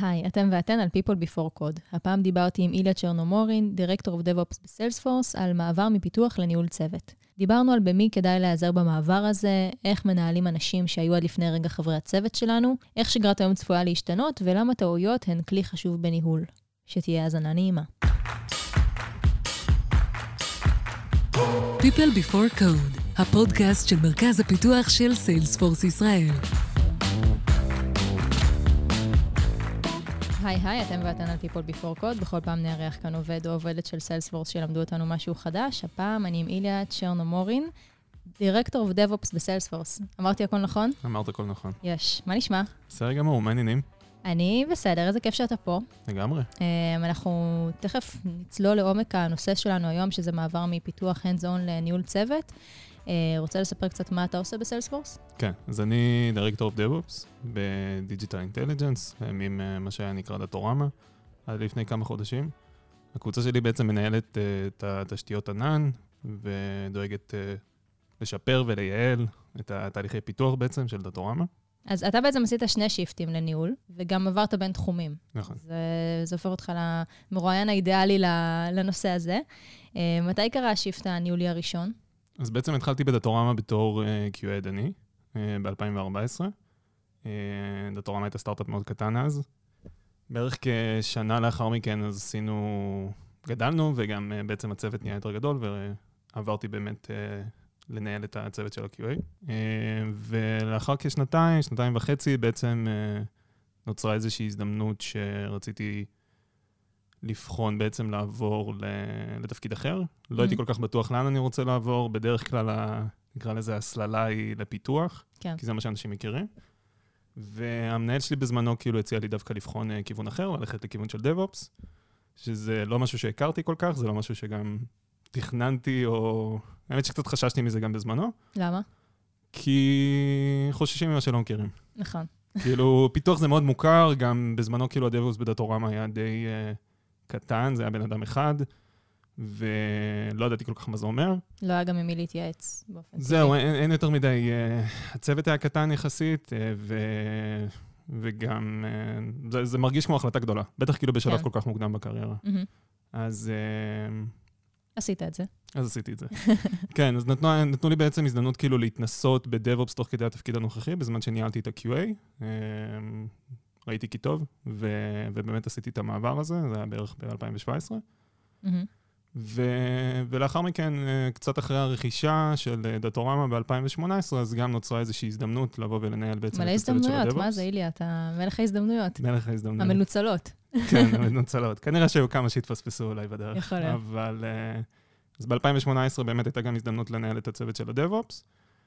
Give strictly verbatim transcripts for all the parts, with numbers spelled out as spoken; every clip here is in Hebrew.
היי, אתם ואתן על People Before Code. הפעם דיברתי עם איליה צ'רנומורין, Director of DevOps בסיילספורס, על מעבר מפיתוח לניהול צוות. דיברנו על במי כדאי להיעזר במעבר הזה, איך מנהלים אנשים שהיו עד לפני רגע חברי הצוות שלנו, איך שגרת היום צפויה להשתנות, ולמה טעויות הן כלי חשוב בניהול. שתהיה האזנה נעימה. People Before Code, הפודקאסט של מרכז הפיתוח של סיילספורס ישראל. היי היי, אתם ואתן על People Before Code. בכל פעם נארח כאן עובד או עובדת של סיילספורס שלמדו אותנו משהו חדש. הפעם אני עם איליה צ'רנומורין, Director of DevOps בסיילספורס. אמרתי הכל נכון? אמרת הכל נכון. יש. מה נשמע? בסדר גמור, מה העניינים? אני בסדר, איזה כיף שאתה פה. לגמרי. אנחנו תכף נצלול לעומק הנושא שלנו היום, שזה מעבר מפיתוח hands-on לניהול צוות. רוצה לספר קצת מה אתה עושה בסיילספורס? כן, אז אני Director of DevOps ב-Digital Intelligence, עם מה שהיה נקרא דאטורמה, עד לפני כמה חודשים. הקבוצה שלי בעצם מנהלת את התשתיות ענן, ודואגת לשפר ולייעל את התהליכי פיתוח בעצם של דאטורמה. אז אתה בעצם עשית שני שיפטים לניהול, וגם עברת בין תחומים. נכון. זה, זה הופך אותך למרואיין האידיאלי לנושא הזה. מתי קרה השיפט הניהולי הראשון? אז בעצם התחלתי בדאטורמה בתור קיו איי עדני, ב-אלפיים וארבע עשרה. דאטורמה הייתה סטארט-אפ מאוד קטן אז. בערך כשנה לאחר מכן אז עשינו, גדלנו, וגם בעצם הצוות נהיה יותר גדול, ועברתי באמת לנהל את הצוות של ה-קיו איי. ולאחר כשנתיים, שנתיים וחצי, בעצם נוצרה איזושהי הזדמנות שרציתי לבחון בעצם לעבור לתפקיד אחר. לא הייתי כל כך בטוח לאן אני רוצה לעבור. בדרך כלל, נקרא לזה, הסללה היא לפיתוח, כי זה מה שאנשים מכירים. והמנהל שלי בזמנו כאילו הציע לי דווקא לבחון כיוון אחר, ללכת לכיוון של DevOps, שזה לא משהו שהכרתי כל כך, זה לא משהו שגם תכננתי, או... האמת שקצת חששתי מזה גם בזמנו. למה? כי חוששים ממה שלא מכירים. נכון. כאילו, פיתוח זה מאוד מוכר, גם בזמנו כאילו ה-DevOps בדאטורמה היה די uh, קטן, זה היה בן אדם אחד, ולא ידעתי כל כך מה זה אומר. לא היה גם ממי להתייעץ באופן. זהו, אין, אין יותר מדי, uh, הצוות היה קטן יחסית, uh, ו... וגם, uh, זה, זה מרגיש כמו החלטה גדולה, בטח כאילו בשלב כן. כל כך מוקדם בקריירה. Mm-hmm. אז... Uh, עשית את זה. אז עשיתי את זה. כן, אז נתנו, נתנו לי בעצם הזדמנות כאילו להתנסות ב-DevOps תוך כדי התפקיד הנוכחי, בזמן שניהלתי את ה-קיו איי. ראיתי כי טוב, ו, ובאמת עשיתי את המעבר הזה, זה היה בערך ב-אלפיים שבע עשרה. Mm-hmm. ו, ולאחר מכן, קצת אחרי הרכישה של דאטורמה ב-אלפיים שמונה עשרה, אז גם נוצרה איזושהי הזדמנות לבוא ולנהל בעצם את הצוות של ה-DevOps. מלא הזדמנויות, מה זה, איליה? אתה מלך ההזדמנויות. מלך ההזדמנויות. המנוצלות. כן, המנוצלות. כנראה שהיו כמה שהתפספסו אולי בדרך. יכול להיות. אבל... אז ב-אלפיים שמונה עשרה באמת הייתה גם הזדמנות לנהל את הצוות של ה-DevOps.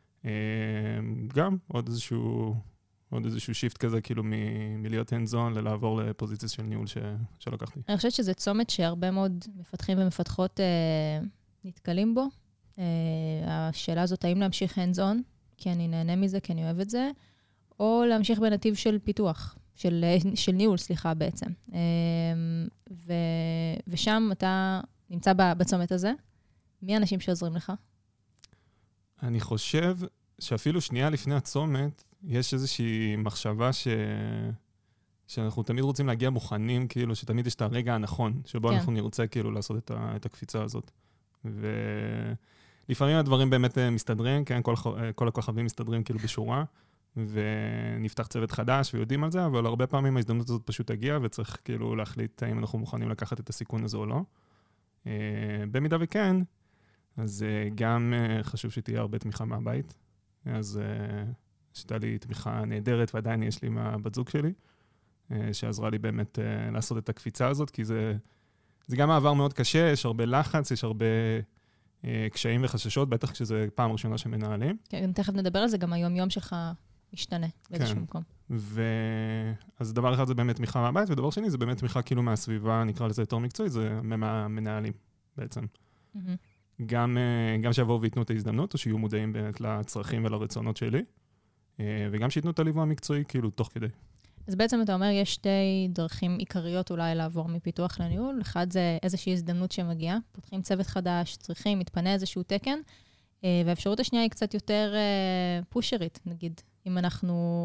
גם עוד איזשהו, עוד איזשהו שיפט כזה, כאילו מ- מלהיות hands-on ללעבור לפוזיציה של ניהול ש- שלקחתי. אני חושבת שזה צומת שהרבה מאוד מפתחים ומפתחות אה, נתקלים בו. אה, השאלה הזאת, האם להמשיך hands-on, כי אני נהנה מזה, כי אני אוהב את זה, או להמשיך בנתיב של פיתוח, של, של ניהול, סליחה, בעצם. אה, ו- ושם אתה נמצא בצומת הזה. מי האנשים שעוזרים לך? אני חושב שאפילו שנייה לפני הצומת, יש איזושהי מחשבה ש... שאנחנו תמיד רוצים להגיע מוכנים, כאילו שתמיד יש את הרגע הנכון, שבו כן. אנחנו נרצה כאילו לעשות את, ה... את הקפיצה הזאת. ולפעמים הדברים באמת מסתדרים, כן, כל, כל הכוכבים מסתדרים כאילו בשורה, ונפתח צוות חדש ויודעים על זה, אבל הרבה פעמים ההזדמנות הזאת פשוט תגיע, וצריך כאילו להחליט האם אנחנו מוכנים לקחת את הסיכון הזה או לא. במידה וכן, אז גם חשוב שתהיה הרבה תמיכה מהבית. אז שתה לי תמיכה נהדרת, ועדיין יש לי מהבת זוג שלי, שעזרה לי באמת לעשות את הקפיצה הזאת, כי זה, זה גם מעבר מאוד קשה, יש הרבה לחץ, יש הרבה קשיים וחששות, בטח כשזה פעם ראשונה שמנהלים. כן, תכף נדבר על זה, גם היום-יום שלך משתנה באיזשהו מקום. ו... אז דבר אחד זה באמת תמיכה מהבית, ודבר שני זה באמת תמיכה כאילו מהסביבה, נקרא לזה יותר מקצועי, זה מהמנהלים בעצם. Mm-hmm. גם, גם שיבואו ויתנו את ההזדמנות, או שיהיו מודעים באמת לצרכים ולרצונות שלי, וגם שיתנו את הליווי המקצועי כאילו תוך כדי. אז בעצם אתה אומר, יש שתי דרכים עיקריות אולי לעבור מפיתוח לניהול. אחד זה איזושהי הזדמנות שמגיעה, פותחים צוות חדש, צריכים, מתפנה איזשהו תקן, והאפשרות השנייה היא קצת יותר פושרית, נגיד. אם אנחנו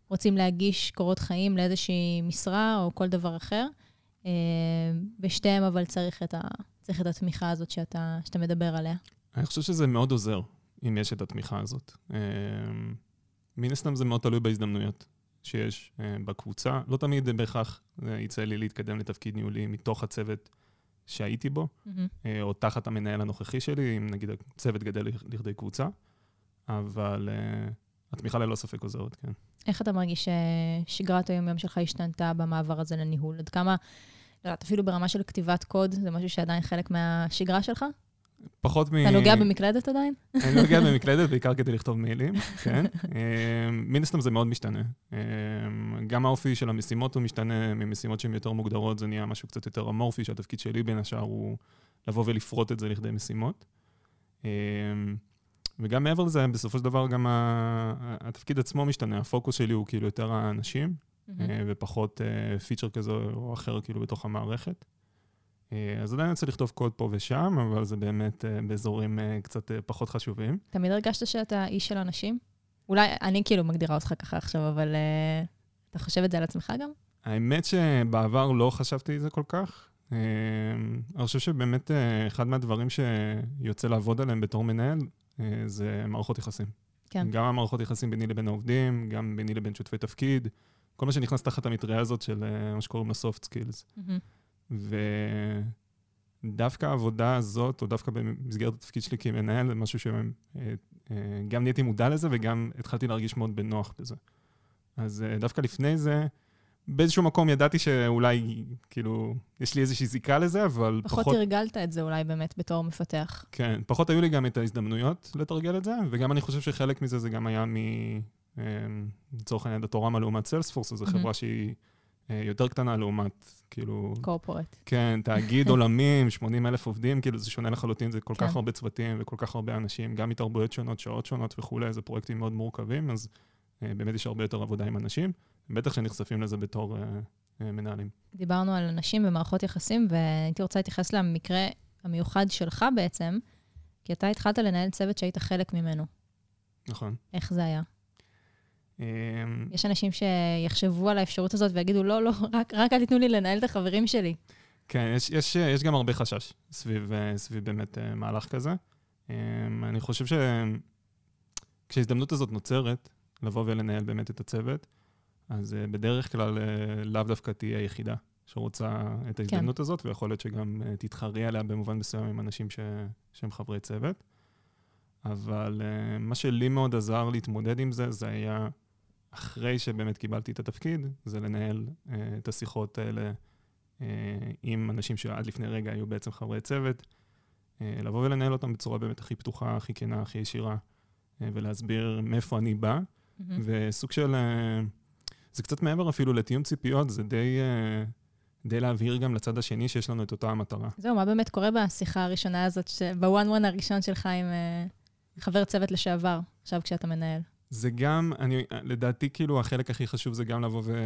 רוצים להגיש קורות חיים לאיזושהי משרה או כל דבר אחר. בשתיהם אבל צריך את, ה, צריך את התמיכה הזאת שאתה, שאתה מדבר עליה. אני חושב שזה מאוד עוזר, אם יש את התמיכה הזאת. מן הסתם זה מאוד תלוי בהזדמנויות שיש בקבוצה. לא תמיד בהכרח יצא לי להתקדם לתפקיד ניהולי מתוך הצוות שהייתי בו, mm-hmm. או תחת המנהל הנוכחי שלי, אם נגיד הצוות גדל לכדי קבוצה, אבל התמיכה ללא ספק עוזרת, כן. איך אתה מרגיש ששגרת היום-יום שלך השתנתה במעבר הזה לניהול? עד כמה, לא יודעת, אפילו ברמה של כתיבת קוד, זה משהו שעדיין חלק מהשגרה שלך? פחות מ... אתה נוגע במקלדת עדיין? אני נוגע במקלדת, בעיקר כדי לכתוב מיילים, כן. מן הסתם זה מאוד משתנה. גם האופי של המשימות הוא משתנה, ממשימות שהן יותר מוגדרות, זה נהיה משהו קצת יותר אמורפי, שהתפקיד שלי בין השאר הוא לבוא ולפרוט את זה לכדי משימות. וגם מעבר לזה, בסופו של דבר גם התפקיד עצמו משתנה. הפוקוס שלי הוא כאילו יותר האנשים, ופחות פיצ'ר כזה או אחר כאילו בתוך המערכת. אז עדיין אני רוצה לכתוב קוד פה ושם, אבל זה באמת באזורים קצת פחות חשובים. תמיד הרגשת שאתה איש של אנשים? אולי אני כאילו מגדירה אותך ככה עכשיו, אבל uh, אתה חושב את זה על עצמך גם? האמת שבעבר לא חשבתי את זה כל כך. Uh, אני חושב שבאמת uh, אחד מהדברים שיוצא לעבוד עליהם בתור מנהל, uh, זה מערכות יחסים. כן. גם המערכות יחסים ביני לבין העובדים, גם ביני לבין שותפי תפקיד, כל מה שנכנס תחת המטריה הזאת של uh, מה שקוראים לו soft skills. Mm-hmm. ודווקא העבודה הזאת, או דווקא במסגרת התפקיד שלי כמנהל, זה משהו שגם נהייתי מודע לזה, וגם התחלתי להרגיש מאוד בנוח בזה. אז דווקא לפני זה, באיזשהו מקום ידעתי שאולי, כאילו, יש לי איזושהי זיקה לזה, אבל פחות... פחות הרגלת את זה אולי באמת בתור מפתח. כן, פחות היו לי גם את ההזדמנויות לתרגל את זה, וגם אני חושב שחלק מזה זה גם היה מ... לצורך העניין, דאטורמה לעומת סיילספורס, אז זו חברה שהיא יותר קטנה לעומת, כאילו... קורפורט. כן, תאגיד עולמים, שמונים אלף עובדים, כאילו זה שונה לחלוטין, זה כל כך הרבה צוותים וכל כך הרבה אנשים, גם מתרבויות שונות, שעות שונות וכולי, זה פרויקטים מאוד מורכבים, אז באמת יש הרבה יותר עבודה עם אנשים, בטח שנחשפים לזה בתור מנהלים. דיברנו על אנשים במערכות יחסים, והייתי רוצה להתייחס למקרה המיוחד שלך בעצם, כי אתה התחלת לנהל צוות שהיית חלק ממנו. נכון. איך זה היה? יש אנשים שיחשבו על האפשרות הזאת ויגידו, לא, לא, רק, רק אל תיתנו לי לנהל את החברים שלי. כן, יש, יש, יש גם הרבה חשש סביב, סביב באמת מהלך כזה. אני חושב שכשההזדמנות הזאת נוצרת, לבוא ולנהל באמת את הצוות, אז בדרך כלל לאו דווקא תהיה היחידה שרוצה את ההזדמנות כן. הזאת, ויכול להיות שגם תתחרי עליה במובן מסוים עם אנשים ש, שהם חברי צוות. אבל uh, מה שלי מאוד עזר להתמודד עם זה, זה היה, אחרי שבאמת קיבלתי את התפקיד, זה לנהל uh, את השיחות האלה uh, עם אנשים שעד לפני רגע היו בעצם חברי צוות, uh, לבוא ולנהל אותם בצורה באמת הכי פתוחה, הכי כנה, הכי ישירה, uh, ולהסביר מאיפה אני בא, mm-hmm. וסוג של, uh, זה קצת מעבר אפילו לתיאום ציפיות, זה די... Uh, די להבהיר גם לצד השני שיש לנו את אותה המטרה. זהו, מה באמת קורה בשיחה הראשונה הזאת, בוואן וואן הראשון שלך עם... Uh... חבר צוות לשעבר, עכשיו כשאתה מנהל. זה גם, אני, לדעתי, כאילו, החלק הכי חשוב זה גם לבוא ו...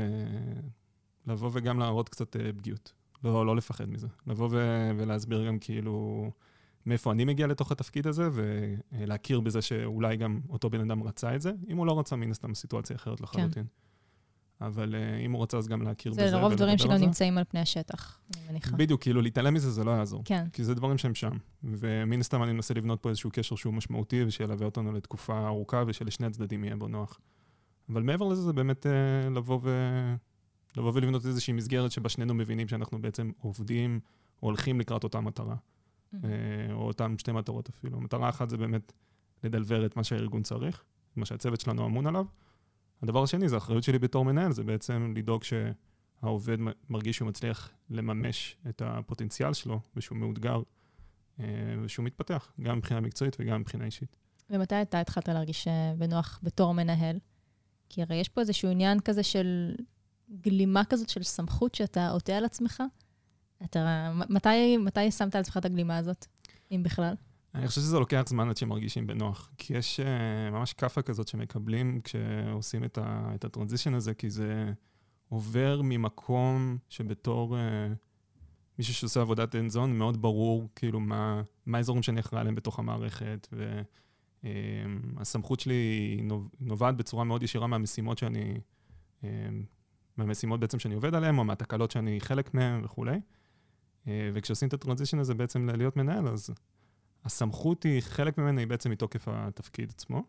לבוא וגם להראות קצת פגיעות. לא, לא לפחד מזה. לבוא ו... ולהסביר גם כאילו מאיפה אני מגיע לתוך התפקיד הזה, ולהכיר בזה שאולי גם אותו בן אדם רצה את זה. אם הוא לא רצה, מן הסתם סיטואציה אחרת לחלוטין. כן. אבל uh, אם הוא רוצה, אז גם להכיר בזה. זה לרוב דברים שלא נמצאים על פני השטח, אני מניחה. בדיוק, כאילו, להתעלם מזה זה לא יעזור. כן. כי זה דברים שהם שם. ומן הסתם אני מנסה לבנות פה איזשהו קשר שהוא משמעותי, ושילווה אותנו לתקופה ארוכה, ושלשני הצדדים יהיה בו נוח. אבל מעבר לזה, זה באמת uh, לבוא, ו... לבוא ולבנות איזושהי מסגרת שבה שנינו מבינים שאנחנו בעצם עובדים, או הולכים לקראת אותה מטרה. Mm-hmm. uh, או אותם שתי מטרות אפילו. מטרה אחת זה באמת לדלבר את מה שהארגון צריך, מה שהצוות שלנו אמון עליו. הדבר השני, זה האחריות שלי בתור מנהל, זה בעצם לדאוג שהעובד מרגיש שהוא מצליח לממש את הפוטנציאל שלו, ושהוא מאותגר, ושהוא מתפתח, גם מבחינה מקצועית וגם מבחינה אישית. ומתי אתה התחלת להרגיש בנוח בתור מנהל? כי הרי יש פה איזשהו עניין כזה של גלימה כזאת של סמכות שאתה עוטה על עצמך. אתה, מתי, מתי שמת על עצמך את הגלימה הזאת, אם בכלל? אני חושב שזה לוקח זמן עד שמרגישים בנוח, כי יש uh, ממש קפה כזאת שמקבלים כשעושים את, ה, את הטרנזישן הזה, כי זה עובר ממקום שבתור uh, מישהו שעושה עבודת אנזון, מאוד ברור כאילו מה, מה האזורים שאני אחראי עליהם בתוך המערכת, והסמכות uh, שלי נובעת בצורה מאוד ישירה מהמשימות שאני, מהמשימות בעצם שאני עובד עליהן, או מהתקלות שאני חלק מהן וכולי. וכשעושים את הטרנזישן הזה בעצם להיות מנהל, אז הסמכות היא, חלק ממנה היא בעצם מתוקף התפקיד עצמו.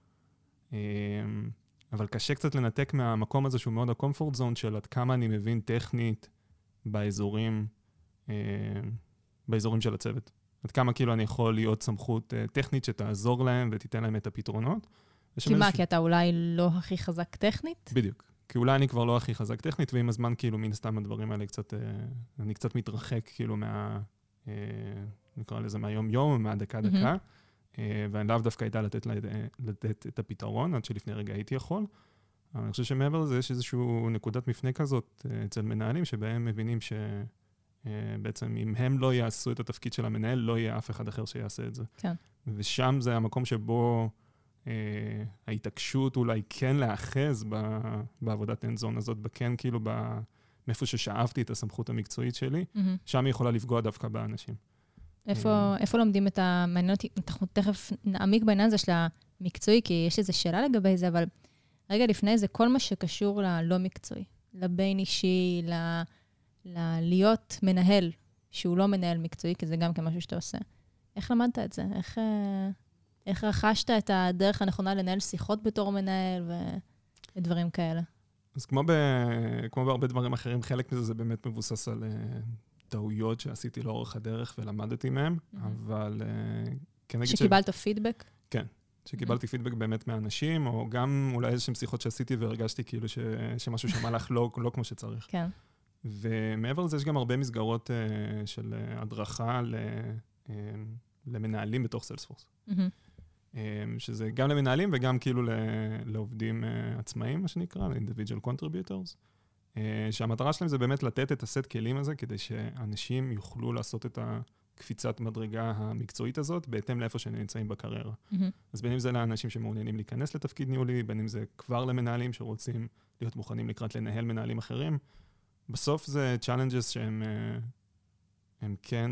אבל קשה קצת לנתק מהמקום הזה שהוא מאוד הקומפורט זון של עד כמה אני מבין טכנית באזורים, באזורים של הצוות. עד כמה כאילו אני יכול להיות סמכות טכנית שתעזור להם ותיתן להם את הפתרונות. כי מה, כי אתה אולי לא הכי חזק טכנית? בדיוק. כי אולי אני כבר לא הכי חזק טכנית, ועם הזמן כאילו מן הסתם הדברים האלה קצת, אני קצת מתרחק כאילו מה, נקרא לזה מהיום-יום, מהדקה-דקה, ואני לאו דווקא הייתה לתת, לתת את הפתרון, עד שלפני רגע הייתי יכול. אבל אני חושב שמעבר לזה יש איזושהי נקודת מפנה כזאת אצל מנהלים, שבהם מבינים שבעצם אם הם לא יעשו את התפקיד של המנהל, לא יהיה אף אחד אחר שיעשה את זה. כן. ושם זה המקום שבו ההתעקשות אולי כן לאחז בעבודת הנזון הזאת, בכן כאילו מאיפה ששאבתי את הסמכות המקצועית שלי, שם היא יכולה לפגוע דווקא באנשים. איפה לומדים את המעניינות? אנחנו תכף נעמיק בעניין הזה של המקצועי, כי יש איזו שאלה לגבי זה, אבל רגע לפני זה, כל מה שקשור ללא מקצועי, לבין אישי, להיות מנהל, שהוא לא מנהל מקצועי, כי זה גם כמשהו שאתה עושה. איך למדת את זה? איך... איך רכשת את הדרך הנכונה לנהל שיחות בתור מנהל ודברים כאלה? אז כמו, ב, כמו בהרבה דברים אחרים, חלק מזה זה באמת מבוסס על uh, טעויות שעשיתי לאורך הדרך ולמדתי מהם, mm-hmm. אבל uh, כן נגיד ש... שקיבלת פידבק? כן, שקיבלתי mm-hmm. פידבק באמת מאנשים, או גם אולי איזשהם שיחות שעשיתי והרגשתי כאילו ש, שמשהו שם הלך לא, לא כמו שצריך. כן. ומעבר לזה יש גם הרבה מסגרות uh, של uh, הדרכה ל, uh, למנהלים בתוך סיילספורס. Mm-hmm. שזה גם למנהלים וגם כאילו לעובדים עצמאיים, מה שנקרא, ל-individual contributors, שהמטרה שלהם זה באמת לתת את הסט כלים הזה, כדי שאנשים יוכלו לעשות את הקפיצת מדרגה המקצועית הזאת, בהתאם לאיפה שהם נמצאים בקריירה. Mm-hmm. אז בין אם זה לאנשים שמעוניינים להיכנס לתפקיד ניהולי, בין אם זה כבר למנהלים שרוצים להיות מוכנים לקראת לנהל מנהלים אחרים. בסוף זה challenges שהם הם כן...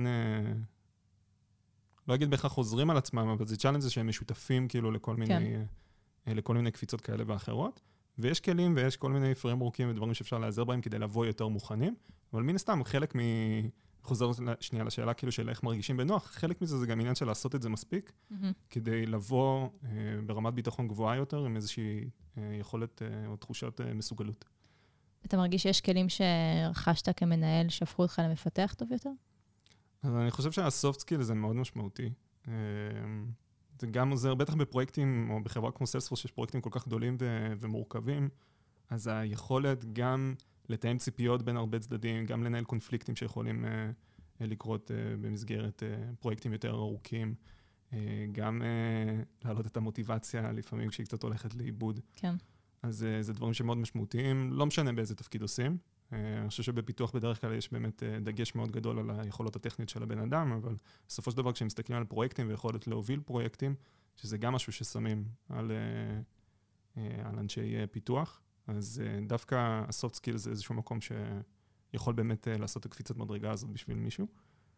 לא אגיד בהכרח חוזרים על עצמם, אבל זה צ'אלנג'ס שהם משותפים כאילו לכל מיני, כן. לכל מיני קפיצות כאלה ואחרות. ויש כלים ויש כל מיני פריימוורקים ודברים שאפשר לעזר בהם כדי לבוא יותר מוכנים. אבל מן הסתם, חלק מ... חוזר שנייה לשאלה כאילו של איך מרגישים בנוח, חלק מזה זה גם עניין של לעשות את זה מספיק, mm-hmm. כדי לבוא אה, ברמת ביטחון גבוהה יותר, עם איזושהי אה, יכולת אה, או תחושת אה, מסוגלות. אתה מרגיש שיש כלים שרכשת כמנהל שהפכו אותך למפתח טוב יותר? אז אני חושב שהסופט סקיל זה מאוד משמעותי. זה גם עוזר, בטח בפרויקטים, או בחברה כמו סיילספורס, שיש פרויקטים כל כך גדולים ו- ומורכבים, אז היכולת גם לתאם ציפיות בין הרבה צדדים, גם לנהל קונפליקטים שיכולים uh, לקרות uh, במסגרת uh, פרויקטים יותר ארוכים, uh, גם uh, להעלות את המוטיבציה, לפעמים כשהיא קצת הולכת לאיבוד. כן. אז uh, זה דברים שמאוד משמעותיים, לא משנה באיזה תפקיד עושים. אני חושב שבפיתוח בדרך כלל יש באמת דגש מאוד גדול על היכולות הטכניות של הבן אדם, אבל בסופו של דבר כשהם מסתכלים על פרויקטים ויכולת להוביל פרויקטים, שזה גם משהו ששמים על, על אנשי פיתוח, אז דווקא הסופט סקיל זה איזשהו מקום שיכול באמת לעשות את הקפיצת מדרגה הזאת בשביל מישהו.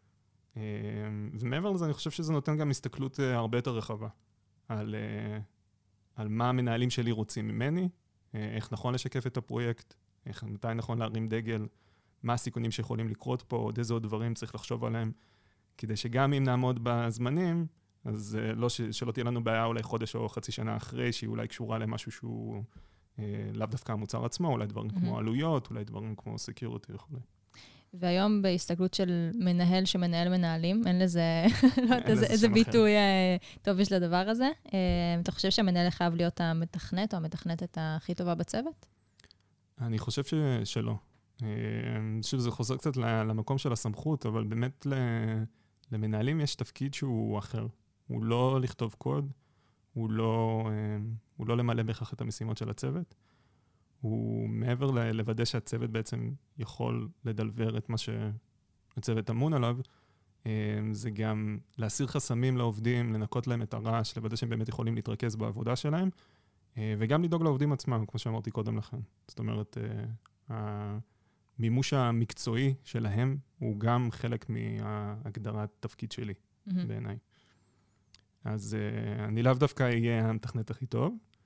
ומעבר לזה אני חושב שזה נותן גם הסתכלות הרבה יותר רחבה על, על מה המנהלים שלי רוצים ממני, איך נכון לשקף את הפרויקט, איך, מתי נכון להרים דגל, מה הסיכונים שיכולים לקרות פה, עוד איזה עוד דברים צריך לחשוב עליהם, כדי שגם אם נעמוד בזמנים, אז לא ש, שלא תהיה לנו בעיה אולי חודש או חצי שנה אחרי, שהיא אולי קשורה למשהו שהוא אה, לאו דווקא המוצר עצמו, אולי דברים mm-hmm. כמו עלויות, אולי דברים כמו סקיוריטי וכו'. והיום בהסתכלות של מנהל שמנהל מנהלים, אין לזה, לא יודעת, איזה, איזה ביטוי טוב יש לדבר הזה. אתה חושב שהמנהל חייב להיות המתכנת או המתכנתת הכי טובה בצוות? אני חושב ש... שלא. שוב, זה חוזר קצת למקום של הסמכות, אבל באמת למנהלים יש תפקיד שהוא אחר. הוא לא לכתוב קוד, הוא לא, הוא לא למלא בכך את המשימות של הצוות. הוא מעבר לוודא שהצוות בעצם יכול לדלבר את מה שהצוות אמון עליו, זה גם להסיר חסמים לעובדים, לנקות להם את הרעש, לוודא שהם באמת יכולים להתרכז בעבודה שלהם, וגם לדאוג לעובדים עצמם, כמו שאמרתי קודם לכן. זאת אומרת, המימוש המקצועי שלהם הוא גם חלק מהגדרת תפקיד שלי, בעיניי. אז אני לאו דווקא אהיה המתכנת הכי טוב,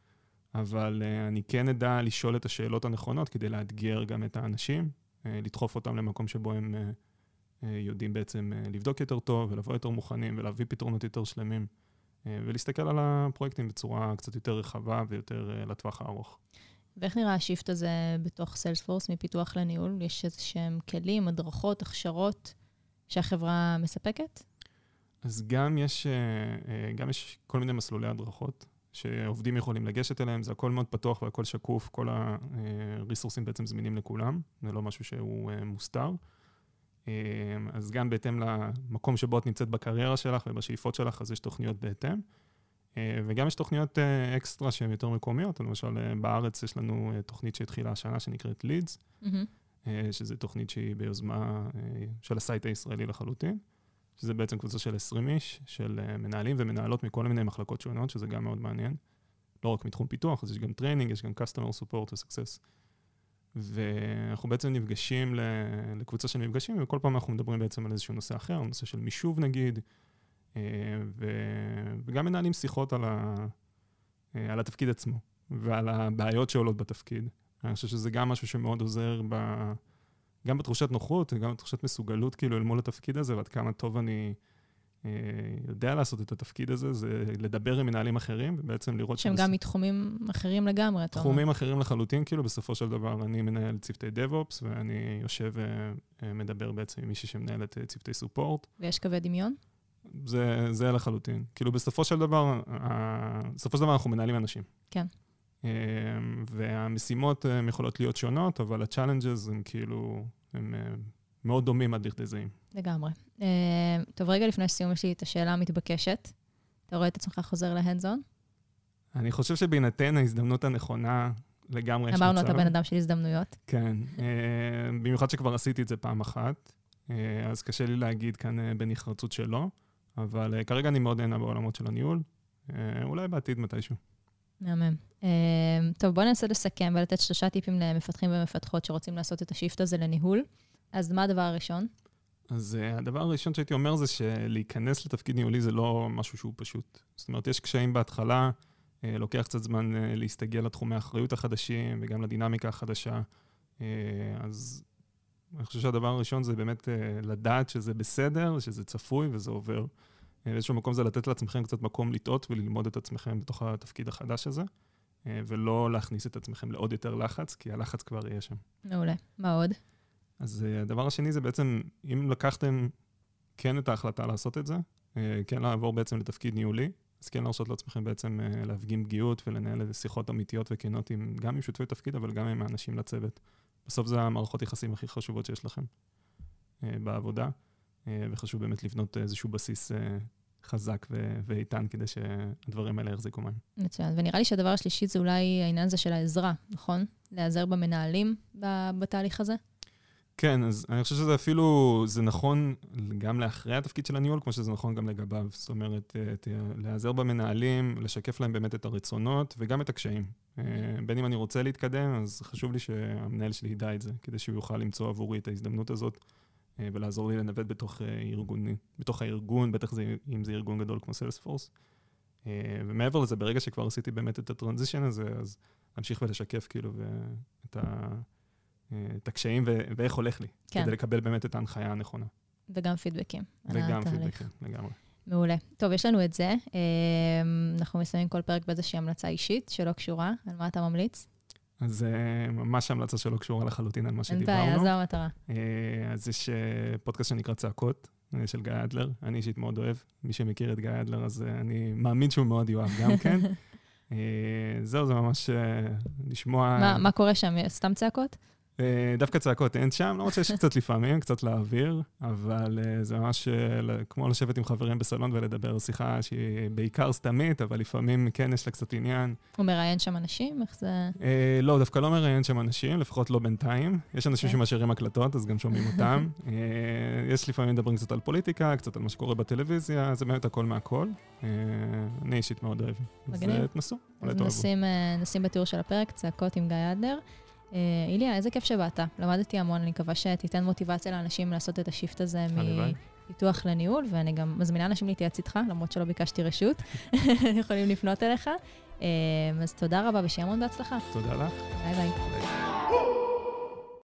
אבל uh, אני כן אדע לשאול את השאלות הנכונות כדי לאתגר גם את האנשים, uh, לדחוף אותם למקום שבו הם uh, uh, יודעים בעצם uh, לבדוק יותר טוב ולבוא יותר מוכנים ולהביא פתרונות יותר שלמים, uh, ולהסתכל על הפרויקטים בצורה קצת יותר רחבה ויותר uh, לטווח הארוך. ואיך נראה השיפט הזה בתוך סיילספורס מפיתוח לניהול? יש איזשהם כלים, הדרכות, הכשרות שהחברה מספקת? אז גם יש, גם יש כל מיני מסלולי הדרכות שעובדים יכולים לגשת אליהם, זה הכל מאוד פתוח והכל שקוף, כל הריסורסים בעצם זמינים לכולם, זה לא משהו שהוא מוסתר. אז גם בהתאם למקום שבו את נמצאת בקריירה שלך ובשאיפות שלך, אז יש תוכניות בהתאם. וגם יש תוכניות אקסטרה שהן יותר מקומיות, למשל בארץ יש לנו תוכנית שהתחילה השנה שנקראת לידס, mm-hmm. שזו תוכנית שהיא ביוזמה של הסייט הישראלי לחלוטין, שזה בעצם קבוצה של עשרים איש, של מנהלים ומנהלות מכל מיני מחלקות שונות, שזה גם מאוד מעניין. לא רק מתחום פיתוח, אז יש גם טריינינג, יש גם customer support ו-success. ואנחנו בעצם נפגשים לקבוצה של מפגשים, וכל פעם אנחנו מדברים בעצם על איזשהו נושא אחר, נושא של מישוב נגיד, וגם מנהלים שיחות על, ה... על התפקיד עצמו, ועל הבעיות שעולות בתפקיד. אני חושב שזה גם משהו שמאוד עוזר ב... גם בתחושת נוחות, וגם בתחושת מסוגלות, כאילו, אל מול התפקיד הזה, ועד כמה טוב אני אה, יודע לעשות את התפקיד הזה, זה לדבר עם מנהלים אחרים, ובעצם לראות... שהם שבס... גם מתחומים אחרים לגמרי, אתה אומר. תחומים אחרים לחלוטין, כאילו, בסופו של דבר, אני מנהל צוותי DevOps, ואני יושב ומדבר בעצם עם מישהי שמנהלת צוותי סופורט. ויש קווי דמיון? זה, זה לחלוטין. כאילו, בסופו של דבר, בסופו של דבר אנחנו מנהלים אנשים. כן. והמשימות יכולות להיות שונות, אבל הצ'אלנג'ז הם כאילו, הם מאוד דומים עד לכדי זהים. לגמרי. טוב, רגע לפני סיום יש לי את השאלה המתבקשת. אתה רואה את עצמך חוזר להנדזון? אני חושב שבהינתן ההזדמנות הנכונה לגמרי יש מצב. אמרנו, אתה בן אדם של הזדמנויות. כן. במיוחד שכבר עשיתי את זה פעם אחת, אז קשה לי להגיד כאן בנחרצות שלא, אבל כרגע אני מאוד נהנה בעולמות של הניהול, אולי בעתיד מתישהו. מהמם. טוב, בואו ננסה לסכם ולתת שלושה טיפים למפתחים ומפתחות שרוצים לעשות את השיפט הזה לניהול. אז מה הדבר הראשון? אז הדבר הראשון שהייתי אומר זה שלהיכנס לתפקיד ניהולי זה לא משהו שהוא פשוט. זאת אומרת, יש קשיים בהתחלה, לוקח קצת זמן להסתגל לתחומי האחריות החדשים וגם לדינמיקה החדשה. אז אני חושב שהדבר הראשון זה באמת לדעת שזה בסדר, שזה צפוי וזה עובר. באיזשהו מקום זה לתת לעצמכם קצת מקום לטעות וללמוד את עצמכם בתוך התפקיד החדש הזה, ולא להכניס את עצמכם לעוד יותר לחץ, כי הלחץ כבר יהיה שם. מעולה. מה עוד? אז הדבר השני זה בעצם, אם לקחתם כן את ההחלטה לעשות את זה, כן לעבור בעצם לתפקיד ניהולי, אז כן להרשות לעצמכם בעצם להפגין פגיעות ולנהל שיחות אמיתיות וכנות עם, גם עם שותפי תפקיד, אבל גם עם האנשים לצוות. בסוף זה המערכות יחסים הכי חשובות שיש לכם בעבודה. וחשוב באמת לבנות איזשהו בסיס חזק ואיתן, כדי שהדברים האלה יחזיקו מים. מצוין. ונראה לי שהדבר השלישי זה אולי העניין הזה של העזרה, נכון? להיעזר במנהלים בתהליך הזה? כן, אז אני חושב שזה אפילו, זה נכון גם לאחרי התפקיד של הניהול, כמו שזה נכון גם לגביו. זאת אומרת, להיעזר במנהלים, לשקף להם באמת את הרצונות וגם את הקשיים. בין אם אני רוצה להתקדם, אז חשוב לי שהמנהל שלי ידע את זה, כדי שהוא יוכל למצוא עבורי את ההזדמנות הזאת, ולעזור לי לנווט בתוך ארגון, בתוך הארגון, בטח זה, אם זה ארגון גדול כמו סיילספורס. ומעבר לזה, ברגע שכבר עשיתי באמת את הטרנזישן הזה, אז להמשיך ולשקף כאילו את, ה, את הקשיים ו, ואיך הולך לי, כן. כדי לקבל באמת את ההנחיה הנכונה. וגם פידבקים. וגם פידבקים, לגמרי. מעולה. טוב, יש לנו את זה. אנחנו מסיימים כל פרק באיזושהי המלצה אישית שלא קשורה. על מה אתה ממליץ? אז זה ממש המלצה שלא קשורה לחלוטין על מה שדיברנו. אין בעיה, זו המטרה. אז יש פודקאסט שנקרא צעקות, של גיא אדלר. אני אישית מאוד אוהב. מי שמכיר את גיא אדלר, אז אני מאמין שהוא מאוד יאהב גם כן. זהו, זה ממש לשמוע... מה קורה שם? סתם צעקות? דווקא צעקות אין שם, למרות שיש קצת לפעמים, קצת להעביר, אבל זה ממש כמו לשבת עם חברים בסלון ולדבר שיחה שהיא בעיקר סתמית, אבל לפעמים כן יש לה קצת עניין. הוא מראיין שם אנשים? איך זה... לא, דווקא לא מראיין שם אנשים, לפחות לא בינתיים. יש אנשים שמשאירים הקלטות, אז גם שומעים אותם. יש לפעמים מדברים קצת על פוליטיקה, קצת על מה שקורה בטלוויזיה, זה באמת הכל מהכל. אני אישית מאוד אוהב. אז תנסו, אולי תאהבו. נשים בתיאור של הפרק, צעקות עם גיא אדלר. איליה, איזה כיף שבאת. למדתי המון, אני מקווה שתיתן מוטיבציה לאנשים לעשות את השיפט הזה מפיתוח לניהול, ואני גם מזמינה אנשים להתייעץ איתך, למרות שלא ביקשתי רשות. יכולים לפנות אליך. אז תודה רבה ושיהיה המון בהצלחה. תודה לך. ביי ביי. ביי.